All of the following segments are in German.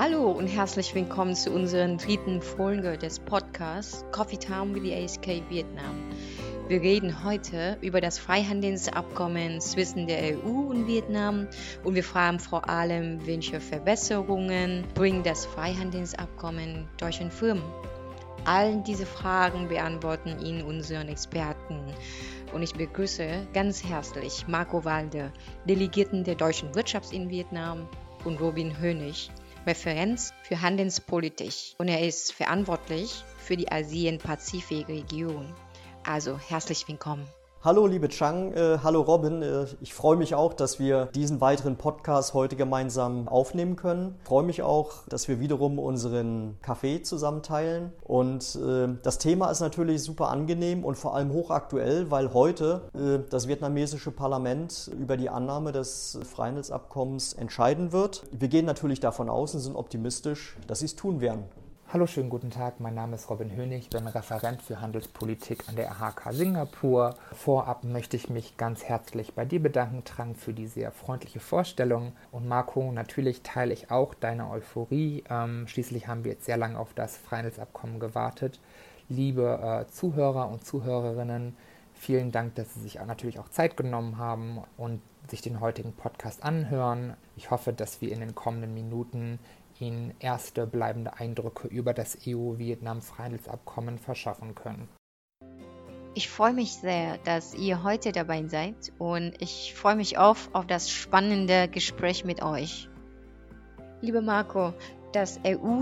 Hallo und herzlich willkommen zu unserer dritten Folge des Podcasts Coffee Time with the ASK Vietnam. Wir reden heute über das Freihandelsabkommen zwischen der EU und Vietnam und wir fragen vor allem, welche Verbesserungen bringt das Freihandelsabkommen deutschen Firmen. All diese Fragen beantworten Ihnen unseren Experten. Und ich begrüße ganz herzlich Marco Walde, Delegierten der deutschen Wirtschaft in Vietnam, und Robin Hönig, Referent für Handelspolitik. Und er ist verantwortlich für die Asien-Pazifik-Region. Also herzlich willkommen. Hallo liebe Chang, hallo Robin. Ich freue mich auch, dass wir diesen weiteren Podcast heute gemeinsam aufnehmen können. Ich freue mich auch, dass wir wiederum unseren Kaffee zusammen teilen. Und das Thema ist natürlich super angenehm und vor allem hochaktuell, weil heute das vietnamesische Parlament über die Annahme des Freihandelsabkommens entscheiden wird. Wir gehen natürlich davon aus und sind optimistisch, dass sie es tun werden. Hallo, schönen guten Tag. Mein Name ist Robin Hönig. Ich bin Referent für Handelspolitik an der AHK Singapur. Vorab möchte ich mich ganz herzlich bei dir bedanken, Trang, für die sehr freundliche Vorstellung. Und Marco, natürlich teile ich auch deine Euphorie. Schließlich haben wir jetzt sehr lange auf das Freihandelsabkommen gewartet. Liebe Zuhörer und Zuhörerinnen, vielen Dank, dass Sie sich natürlich auch Zeit genommen haben und sich den heutigen Podcast anhören. Ich hoffe, dass wir in den kommenden Minuten Ihnen erste bleibende Eindrücke über das EU-Vietnam-Freihandelsabkommen verschaffen können. Ich freue mich sehr, dass ihr heute dabei seid und ich freue mich auf das spannende Gespräch mit euch. Lieber Marco, das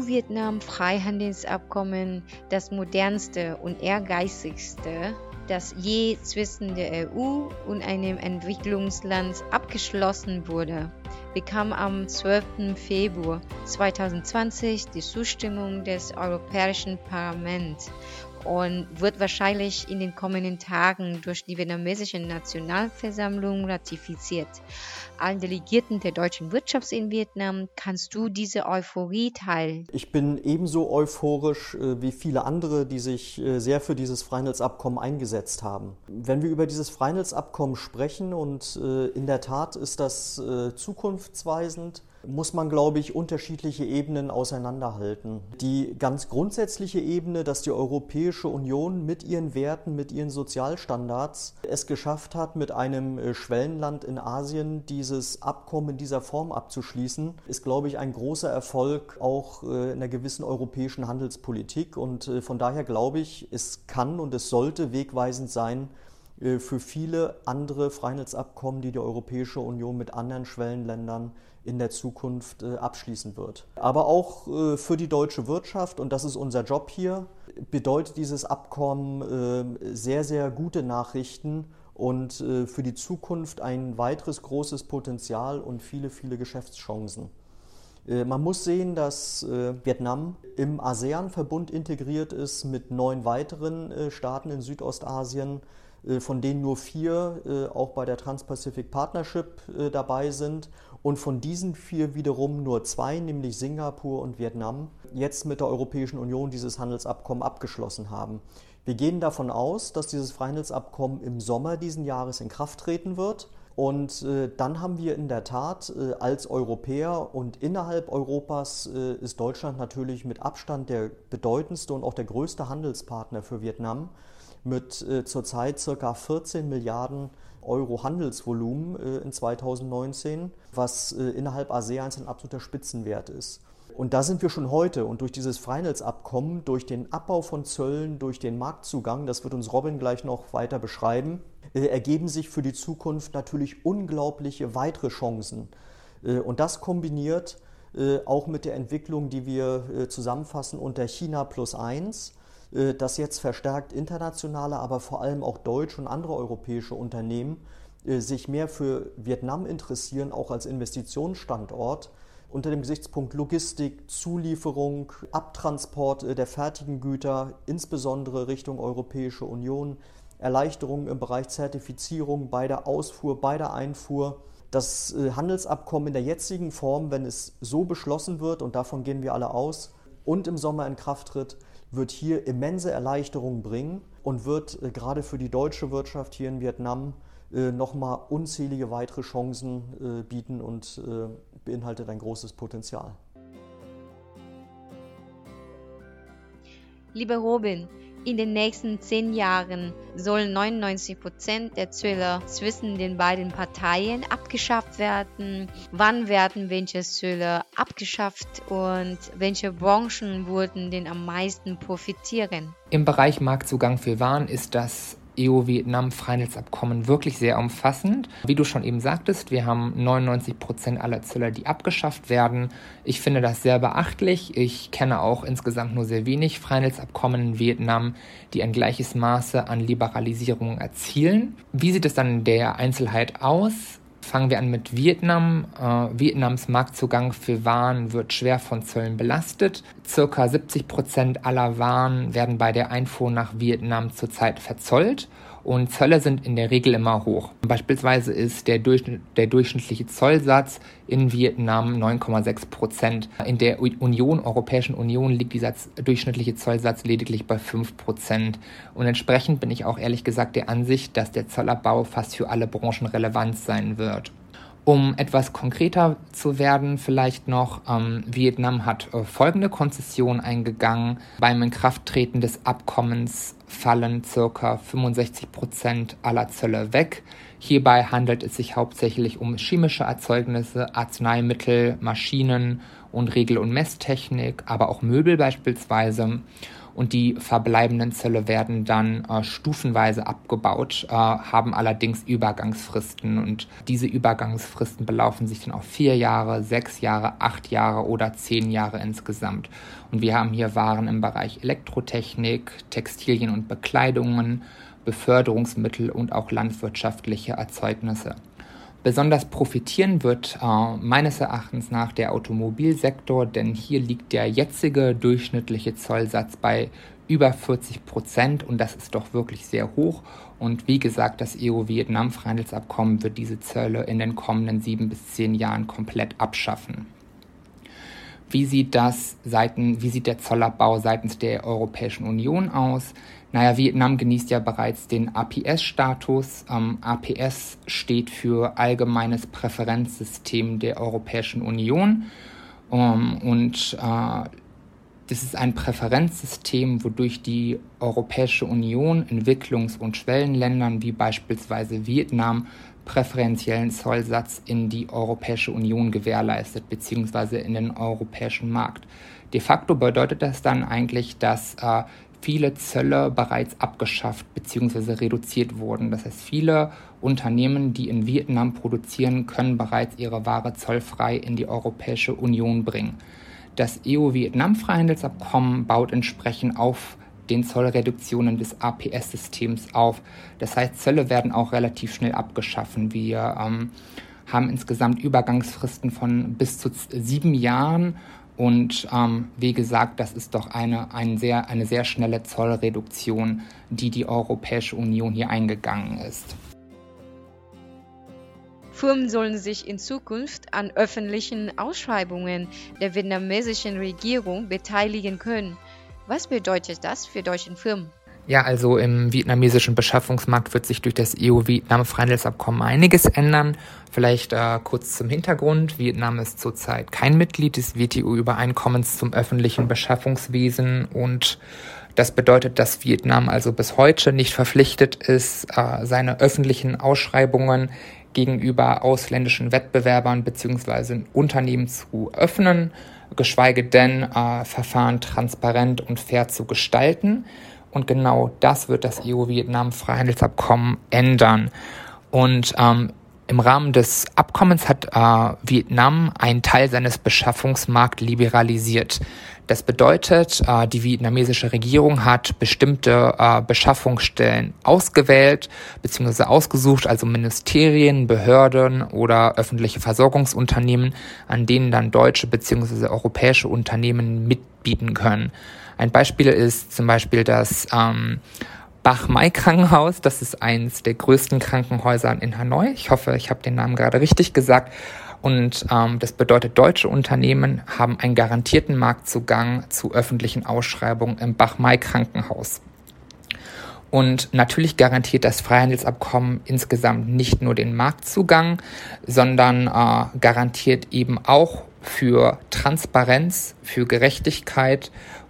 EU-Vietnam-Freihandelsabkommen, das modernste und ehrgeizigste, das je zwischen der EU und einem Entwicklungsland abgeschlossen wurde, bekam am 12. Februar 2020 die Zustimmung des Europäischen Parlaments und wird wahrscheinlich in den kommenden Tagen durch die vietnamesische Nationalversammlung ratifiziert. Allen Delegierten der deutschen Wirtschaft in Vietnam, kannst du diese Euphorie teilen? Ich bin ebenso euphorisch wie viele andere, die sich sehr für dieses Freihandelsabkommen eingesetzt haben. Wenn wir über dieses Freihandelsabkommen sprechen, und in der Tat ist das zukunftsweisend, muss man, glaube ich, unterschiedliche Ebenen auseinanderhalten. Die ganz grundsätzliche Ebene, dass die Europäische Union mit ihren Werten, mit ihren Sozialstandards es geschafft hat, mit einem Schwellenland in Asien dieses Abkommen in dieser Form abzuschließen, ist, glaube ich, ein großer Erfolg auch in einer gewissen europäischen Handelspolitik. Und von daher glaube ich, es kann und es sollte wegweisend sein für viele andere Freihandelsabkommen, die die Europäische Union mit anderen Schwellenländern in der Zukunft abschließen wird. Aber auch für die deutsche Wirtschaft, und das ist unser Job hier, bedeutet dieses Abkommen sehr, sehr gute Nachrichten und für die Zukunft ein weiteres großes Potenzial und viele, viele Geschäftschancen. Man muss sehen, dass Vietnam im ASEAN-Verbund integriert ist mit 9 weiteren Staaten in Südostasien, von denen nur 4 auch bei der Trans-Pacific Partnership dabei sind und von diesen 4 wiederum nur 2, nämlich Singapur und Vietnam, jetzt mit der Europäischen Union dieses Handelsabkommen abgeschlossen haben. Wir gehen davon aus, dass dieses Freihandelsabkommen im Sommer diesen Jahres in Kraft treten wird. Und dann haben wir in der Tat als Europäer, und innerhalb Europas ist Deutschland natürlich mit Abstand der bedeutendste und auch der größte Handelspartner für Vietnam, mit zurzeit ca. 14 Milliarden Euro Handelsvolumen in 2019, was innerhalb ASEANs ein absoluter Spitzenwert ist. Und da sind wir schon heute, und durch dieses Freihandelsabkommen, durch den Abbau von Zöllen, durch den Marktzugang, das wird uns Robin gleich noch weiter beschreiben, ergeben sich für die Zukunft natürlich unglaubliche weitere Chancen. Und das kombiniert auch mit der Entwicklung, die wir zusammenfassen unter China +1, dass jetzt verstärkt internationale, aber vor allem auch deutsche und andere europäische Unternehmen sich mehr für Vietnam interessieren, auch als Investitionsstandort, unter dem Gesichtspunkt Logistik, Zulieferung, Abtransport der fertigen Güter, insbesondere Richtung Europäische Union, Erleichterungen im Bereich Zertifizierung bei der Ausfuhr, bei der Einfuhr. Das Handelsabkommen in der jetzigen Form, wenn es so beschlossen wird, und davon gehen wir alle aus, und im Sommer in Kraft tritt, wird hier immense Erleichterungen bringen und wird gerade für die deutsche Wirtschaft hier in Vietnam nochmal unzählige weitere Chancen bieten und beinhaltet ein großes Potenzial. Lieber Robin, in den nächsten 10 Jahren sollen 99% der Zölle zwischen den beiden Parteien abgeschafft werden. Wann werden welche Zölle abgeschafft und welche Branchen würden denn am meisten profitieren? Im Bereich Marktzugang für Waren ist das EU-Vietnam-Freihandelsabkommen wirklich sehr umfassend. Wie du schon eben sagtest, wir haben 99% aller Zölle, die abgeschafft werden. Ich finde das sehr beachtlich. Ich kenne auch insgesamt nur sehr wenig Freihandelsabkommen in Vietnam, die ein gleiches Maße an Liberalisierung erzielen. Wie sieht es dann in der Einzelheit aus? Fangen wir an mit Vietnam. Vietnams Marktzugang für Waren wird schwer von Zöllen belastet. Circa 70% aller Waren werden bei der Einfuhr nach Vietnam zurzeit verzollt und Zölle sind in der Regel immer hoch. Beispielsweise ist der durchschnittliche Zollsatz in Vietnam 9,6%. In der Europäischen Union liegt dieser durchschnittliche Zollsatz lediglich bei 5%. Und entsprechend bin ich auch ehrlich gesagt der Ansicht, dass der Zollabbau fast für alle Branchen relevant sein wird. Um etwas konkreter zu werden, vielleicht noch, Vietnam hat folgende Konzession eingegangen. Beim Inkrafttreten des Abkommens fallen ca. 65% aller Zölle weg. Hierbei handelt es sich hauptsächlich um chemische Erzeugnisse, Arzneimittel, Maschinen und Regel- und Messtechnik, aber auch Möbel beispielsweise. Und die verbleibenden Zölle werden dann stufenweise abgebaut, haben allerdings Übergangsfristen. Und diese Übergangsfristen belaufen sich dann auf 4 Jahre, 6 Jahre, 8 Jahre oder 10 Jahre insgesamt. Und wir haben hier Waren im Bereich Elektrotechnik, Textilien und Bekleidungen, Beförderungsmittel und auch landwirtschaftliche Erzeugnisse. Besonders profitieren wird meines Erachtens nach der Automobilsektor, denn hier liegt der jetzige durchschnittliche Zollsatz bei über 40% und das ist doch wirklich sehr hoch. Und wie gesagt, das EU-Vietnam-Freihandelsabkommen wird diese Zölle in den kommenden 7 bis 10 Jahren komplett abschaffen. Wie sieht der Zollabbau seitens der Europäischen Union aus? Naja, Vietnam genießt ja bereits den APS-Status. APS steht für Allgemeines Präferenzsystem der Europäischen Union. Das ist ein Präferenzsystem, wodurch die Europäische Union Entwicklungs- und Schwellenländern wie beispielsweise Vietnam präferentiellen Zollsatz in die Europäische Union gewährleistet, beziehungsweise in den europäischen Markt. De facto bedeutet das dann eigentlich, dass viele Zölle bereits abgeschafft bzw. reduziert wurden. Das heißt, viele Unternehmen, die in Vietnam produzieren, können bereits ihre Ware zollfrei in die Europäische Union bringen. Das EU-Vietnam-Freihandelsabkommen baut entsprechend auf den Zollreduktionen des APS-Systems auf. Das heißt, Zölle werden auch relativ schnell abgeschafft. Wir haben insgesamt Übergangsfristen von bis zu 7 Jahren und wie gesagt, das ist doch eine sehr schnelle Zollreduktion, die Europäische Union hier eingegangen ist. Firmen sollen sich in Zukunft an öffentlichen Ausschreibungen der vietnamesischen Regierung beteiligen können. Was bedeutet das für deutsche Firmen? Ja, also im vietnamesischen Beschaffungsmarkt wird sich durch das EU-Vietnam-Freihandelsabkommen einiges ändern. Vielleicht kurz zum Hintergrund. Vietnam ist zurzeit kein Mitglied des WTO-Übereinkommens zum öffentlichen Beschaffungswesen und das bedeutet, dass Vietnam also bis heute nicht verpflichtet ist, seine öffentlichen Ausschreibungen gegenüber ausländischen Wettbewerbern bzw. Unternehmen zu öffnen, geschweige denn Verfahren transparent und fair zu gestalten. Und genau das wird das EU-Vietnam-Freihandelsabkommen ändern. Und im Rahmen des Abkommens hat Vietnam einen Teil seines Beschaffungsmarkts liberalisiert. Das bedeutet, die vietnamesische Regierung hat bestimmte Beschaffungsstellen ausgewählt bzw. ausgesucht, also Ministerien, Behörden oder öffentliche Versorgungsunternehmen, an denen dann deutsche bzw. europäische Unternehmen mitbieten können. Ein Beispiel ist zum Beispiel das Bach Mai Krankenhaus. Das ist eines der größten Krankenhäuser in Hanoi. Ich hoffe, ich habe den Namen gerade richtig gesagt. Und das bedeutet, deutsche Unternehmen haben einen garantierten Marktzugang zu öffentlichen Ausschreibungen im Bach Mai Krankenhaus. Und natürlich garantiert das Freihandelsabkommen insgesamt nicht nur den Marktzugang, sondern garantiert eben auch für Transparenz, für Gerechtigkeit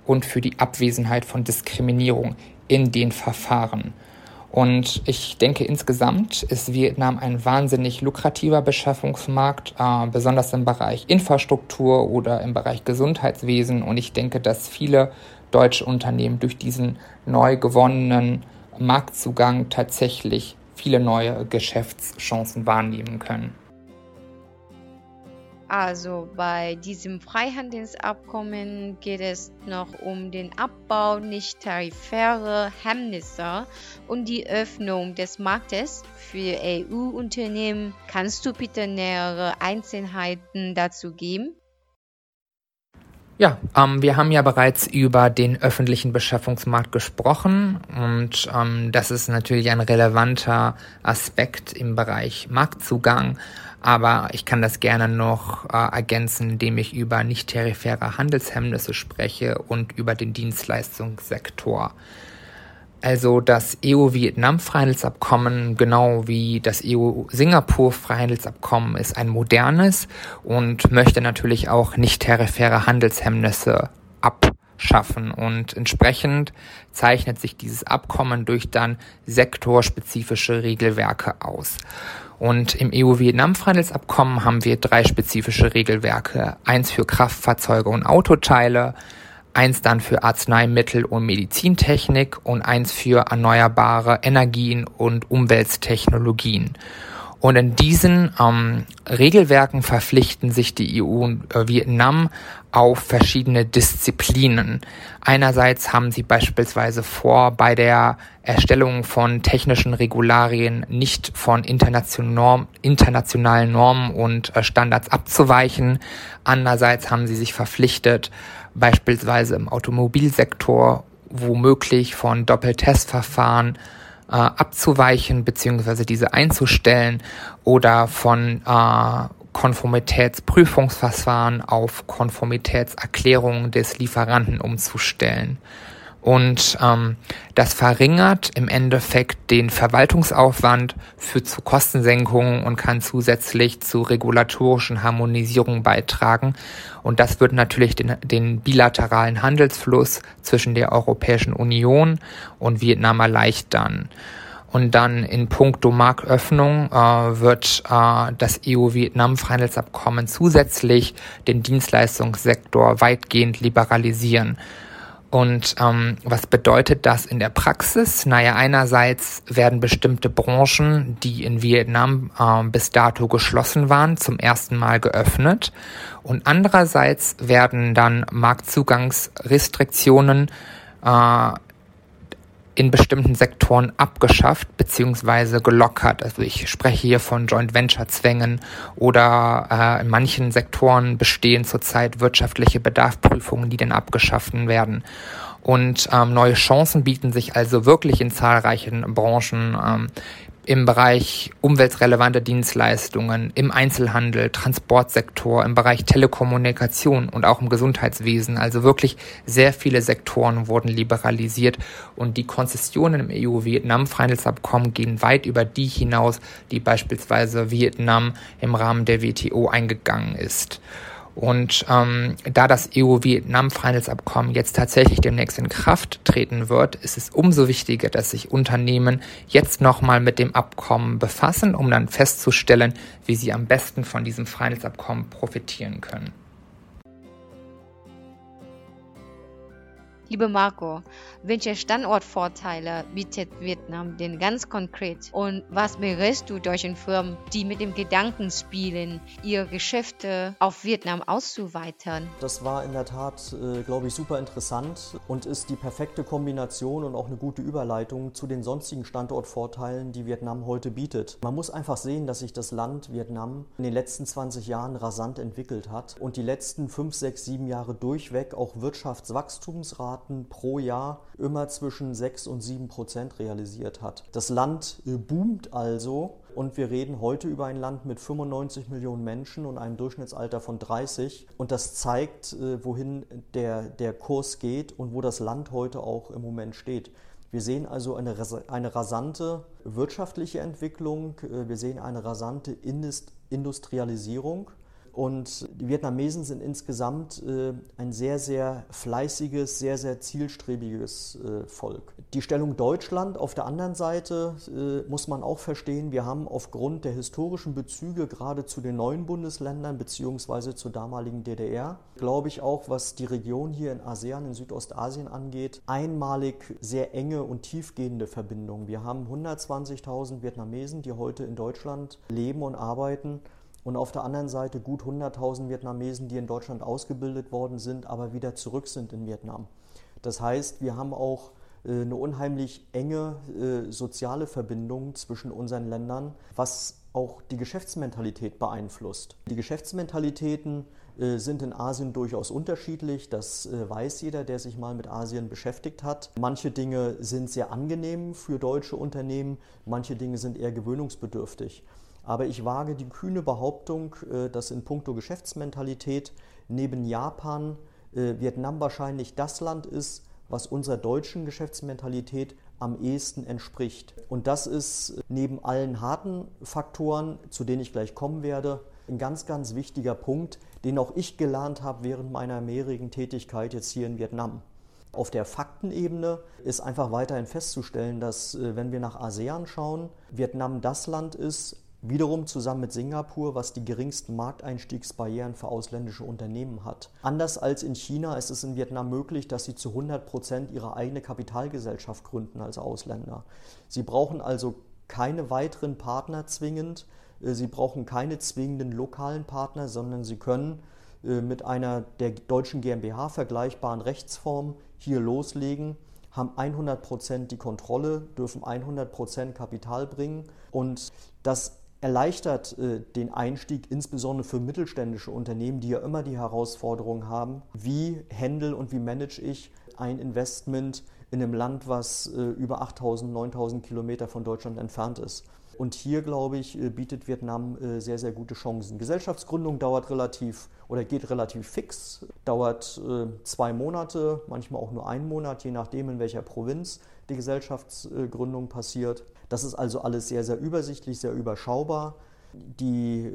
und für die Abwesenheit von Diskriminierung in den Verfahren. Und ich denke, insgesamt ist Vietnam ein wahnsinnig lukrativer Beschaffungsmarkt, besonders im Bereich Infrastruktur oder im Bereich Gesundheitswesen. Und ich denke, dass viele deutsche Unternehmen durch diesen neu gewonnenen Marktzugang tatsächlich viele neue Geschäftschancen wahrnehmen können. Also bei diesem Freihandelsabkommen geht es noch um den Abbau nicht tarifärer Hemmnisse und die Öffnung des Marktes für EU-Unternehmen. Kannst du bitte nähere Einzelheiten dazu geben? Ja, wir haben ja bereits über den öffentlichen Beschaffungsmarkt gesprochen und das ist natürlich ein relevanter Aspekt im Bereich Marktzugang, aber ich kann das gerne noch ergänzen, indem ich über nicht-tarifäre Handelshemmnisse spreche und über den Dienstleistungssektor. Also das EU-Vietnam-Freihandelsabkommen, genau wie das EU-Singapur-Freihandelsabkommen, ist ein modernes und möchte natürlich auch nicht-tarifäre Handelshemmnisse abschaffen. Und entsprechend zeichnet sich dieses Abkommen durch dann sektorspezifische Regelwerke aus. Und im EU-Vietnam-Freihandelsabkommen haben wir 3 spezifische Regelwerke. Eins für Kraftfahrzeuge und Autoteile, eins dann für Arzneimittel und Medizintechnik und eins für erneuerbare Energien und Umwelttechnologien. Und in diesen Regelwerken verpflichten sich die EU und Vietnam auf verschiedene Disziplinen. Einerseits haben sie beispielsweise vor, bei der Erstellung von technischen Regularien nicht von internationalen Normen und Standards abzuweichen. Andererseits haben sie sich verpflichtet, beispielsweise im Automobilsektor womöglich von Doppeltestverfahren abzuweichen bzw. diese einzustellen oder von Konformitätsprüfungsverfahren auf Konformitätserklärungen des Lieferanten umzustellen. Und das verringert im Endeffekt den Verwaltungsaufwand, führt zu Kostensenkungen und kann zusätzlich zu regulatorischen Harmonisierungen beitragen. Und das wird natürlich den bilateralen Handelsfluss zwischen der Europäischen Union und Vietnam erleichtern. Und dann in puncto Marktöffnung wird das EU-Vietnam-Freihandelsabkommen zusätzlich den Dienstleistungssektor weitgehend liberalisieren. Und was bedeutet das in der Praxis? Naja, einerseits werden bestimmte Branchen, die in Vietnam bis dato geschlossen waren, zum ersten Mal geöffnet. Und andererseits werden dann Marktzugangsrestriktionen in bestimmten Sektoren abgeschafft bzw. gelockert. Also ich spreche hier von Joint-Venture-Zwängen oder in manchen Sektoren bestehen zurzeit wirtschaftliche Bedarfsprüfungen, die dann abgeschafft werden. Und neue Chancen bieten sich also wirklich in zahlreichen Branchen im Bereich umweltrelevante Dienstleistungen, im Einzelhandel, Transportsektor, im Bereich Telekommunikation und auch im Gesundheitswesen. Also wirklich sehr viele Sektoren wurden liberalisiert und die Konzessionen im EU-Vietnam-Freihandelsabkommen gehen weit über die hinaus, die beispielsweise Vietnam im Rahmen der WTO eingegangen ist. Und da das EU-Vietnam-Freihandelsabkommen jetzt tatsächlich demnächst in Kraft treten wird, ist es umso wichtiger, dass sich Unternehmen jetzt nochmal mit dem Abkommen befassen, um dann festzustellen, wie sie am besten von diesem Freihandelsabkommen profitieren können. Liebe Marco, welche Standortvorteile bietet Vietnam denn ganz konkret? Und was berätst du deutschen Firmen, die mit dem Gedanken spielen, ihre Geschäfte auf Vietnam auszuweiten? Das war in der Tat, glaube ich, super interessant und ist die perfekte Kombination und auch eine gute Überleitung zu den sonstigen Standortvorteilen, die Vietnam heute bietet. Man muss einfach sehen, dass sich das Land Vietnam in den letzten 20 Jahren rasant entwickelt hat und die letzten 5, 6, 7 Jahre durchweg auch Wirtschaftswachstumsraten pro Jahr immer zwischen 6 und 7% realisiert hat. Das Land boomt also und wir reden heute über ein Land mit 95 Millionen Menschen und einem Durchschnittsalter von 30 und das zeigt, wohin der Kurs geht und wo das Land heute auch im Moment steht. Wir sehen also eine rasante wirtschaftliche Entwicklung, wir sehen eine rasante Industrialisierung Und die Vietnamesen sind insgesamt ein sehr, sehr fleißiges, sehr, sehr zielstrebiges Volk. Die Stellung Deutschland auf der anderen Seite muss man auch verstehen. Wir haben aufgrund der historischen Bezüge gerade zu den neuen Bundesländern bzw. zur damaligen DDR, glaube ich auch, was die Region hier in ASEAN, in Südostasien angeht, einmalig sehr enge und tiefgehende Verbindungen. Wir haben 120.000 Vietnamesen, die heute in Deutschland leben und arbeiten. Und auf der anderen Seite gut 100.000 Vietnamesen, die in Deutschland ausgebildet worden sind, aber wieder zurück sind in Vietnam. Das heißt, wir haben auch eine unheimlich enge soziale Verbindung zwischen unseren Ländern, was auch die Geschäftsmentalität beeinflusst. Die Geschäftsmentalitäten sind in Asien durchaus unterschiedlich. Das weiß jeder, der sich mal mit Asien beschäftigt hat. Manche Dinge sind sehr angenehm für deutsche Unternehmen, manche Dinge sind eher gewöhnungsbedürftig. Aber ich wage die kühne Behauptung, dass in puncto Geschäftsmentalität neben Japan Vietnam wahrscheinlich das Land ist, was unserer deutschen Geschäftsmentalität am ehesten entspricht. Und das ist neben allen harten Faktoren, zu denen ich gleich kommen werde, ein ganz, ganz wichtiger Punkt, den auch ich gelernt habe während meiner mehrjährigen Tätigkeit jetzt hier in Vietnam. Auf der Faktenebene ist einfach weiterhin festzustellen, dass, wenn wir nach ASEAN schauen, Vietnam das Land ist, wiederum zusammen mit Singapur, was die geringsten Markteinstiegsbarrieren für ausländische Unternehmen hat. Anders als in China ist es in Vietnam möglich, dass sie zu 100% ihre eigene Kapitalgesellschaft gründen als Ausländer. Sie brauchen also keine weiteren Partner zwingend, sie brauchen keine zwingenden lokalen Partner, sondern sie können mit einer der deutschen GmbH vergleichbaren Rechtsform hier loslegen, haben 100% die Kontrolle, dürfen 100% Kapital bringen und das erleichtert den Einstieg, insbesondere für mittelständische Unternehmen, die ja immer die Herausforderung haben, wie handle und wie manage ich ein Investment in einem Land, was über 8.000, 9.000 Kilometer von Deutschland entfernt ist. Und hier, glaube ich, bietet Vietnam sehr, sehr gute Chancen. Gesellschaftsgründung geht relativ fix, dauert 2 Monate, manchmal auch nur 1 Monat, je nachdem, in welcher Provinz die Gesellschaftsgründung passiert. Das ist also alles sehr, sehr übersichtlich, sehr überschaubar. Die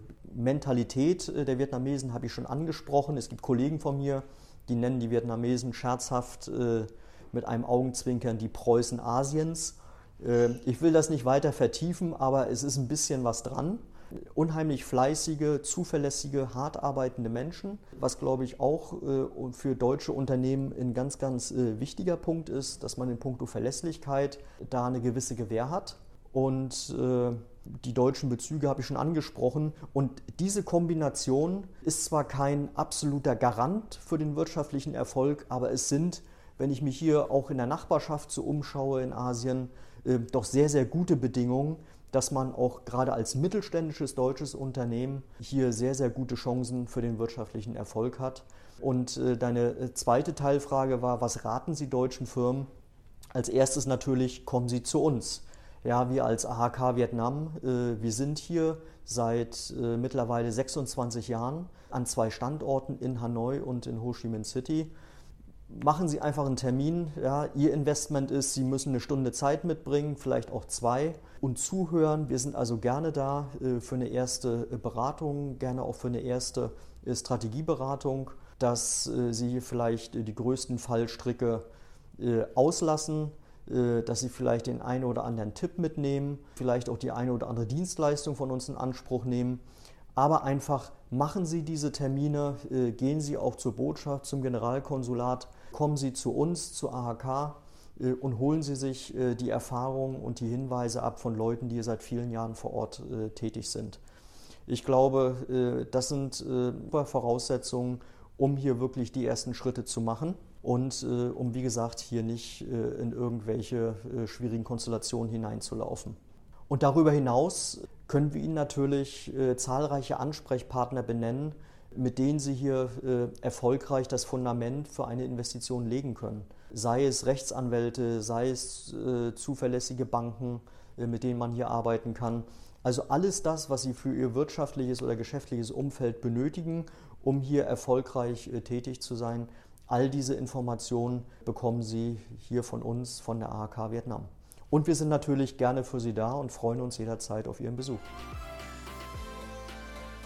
Mentalität der Vietnamesen habe ich schon angesprochen. Es gibt Kollegen von mir, die nennen die Vietnamesen scherzhaft mit einem Augenzwinkern die Preußen Asiens. Ich will das nicht weiter vertiefen, aber es ist ein bisschen was dran. Unheimlich fleißige, zuverlässige, hart arbeitende Menschen, was glaube ich auch für deutsche Unternehmen ein ganz, ganz wichtiger Punkt ist, dass man in puncto Verlässlichkeit da eine gewisse Gewähr hat. Und die deutschen Bezüge habe ich schon angesprochen. Und diese Kombination ist zwar kein absoluter Garant für den wirtschaftlichen Erfolg, aber es sind, wenn ich mich hier auch in der Nachbarschaft so umschaue in Asien, doch sehr, sehr gute Bedingungen, dass man auch gerade als mittelständisches deutsches Unternehmen hier sehr, sehr gute Chancen für den wirtschaftlichen Erfolg hat. Und deine zweite Teilfrage war, was raten Sie deutschen Firmen? Als erstes natürlich, kommen Sie zu uns. Ja, wir als AHK Vietnam, wir sind hier seit mittlerweile 26 Jahren an 2 Standorten in Hanoi und in Ho Chi Minh City. Machen Sie einfach einen Termin. Ja, Ihr Investment ist, Sie müssen eine Stunde Zeit mitbringen, vielleicht auch 2 und zuhören. Wir sind also gerne da für eine erste Beratung, gerne auch für eine erste Strategieberatung, dass Sie hier vielleicht die größten Fallstricke auslassen, dass Sie vielleicht den einen oder anderen Tipp mitnehmen, vielleicht auch die eine oder andere Dienstleistung von uns in Anspruch nehmen. Aber einfach machen Sie diese Termine, gehen Sie auch zur Botschaft, zum Generalkonsulat, kommen Sie zu uns, zur AHK und holen Sie sich die Erfahrungen und die Hinweise ab von Leuten, die seit vielen Jahren vor Ort tätig sind. Ich glaube, das sind super Voraussetzungen, um hier wirklich die ersten Schritte zu machen und um, wie gesagt, hier nicht in irgendwelche schwierigen Konstellationen hineinzulaufen. Und darüber hinaus können wir Ihnen natürlich zahlreiche Ansprechpartner benennen, mit denen Sie hier erfolgreich das Fundament für eine Investition legen können. Sei es Rechtsanwälte, sei es zuverlässige Banken, mit denen man hier arbeiten kann. Also alles das, was Sie für Ihr wirtschaftliches oder geschäftliches Umfeld benötigen, um hier erfolgreich tätig zu sein. All diese Informationen bekommen Sie hier von uns, von der AHK Vietnam. Und wir sind natürlich gerne für Sie da und freuen uns jederzeit auf Ihren Besuch.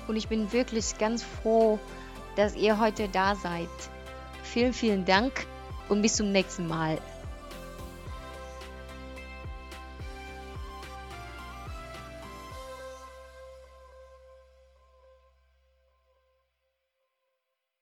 Und ich bin wirklich ganz froh, dass ihr heute da seid. Vielen, vielen Dank und bis zum nächsten Mal.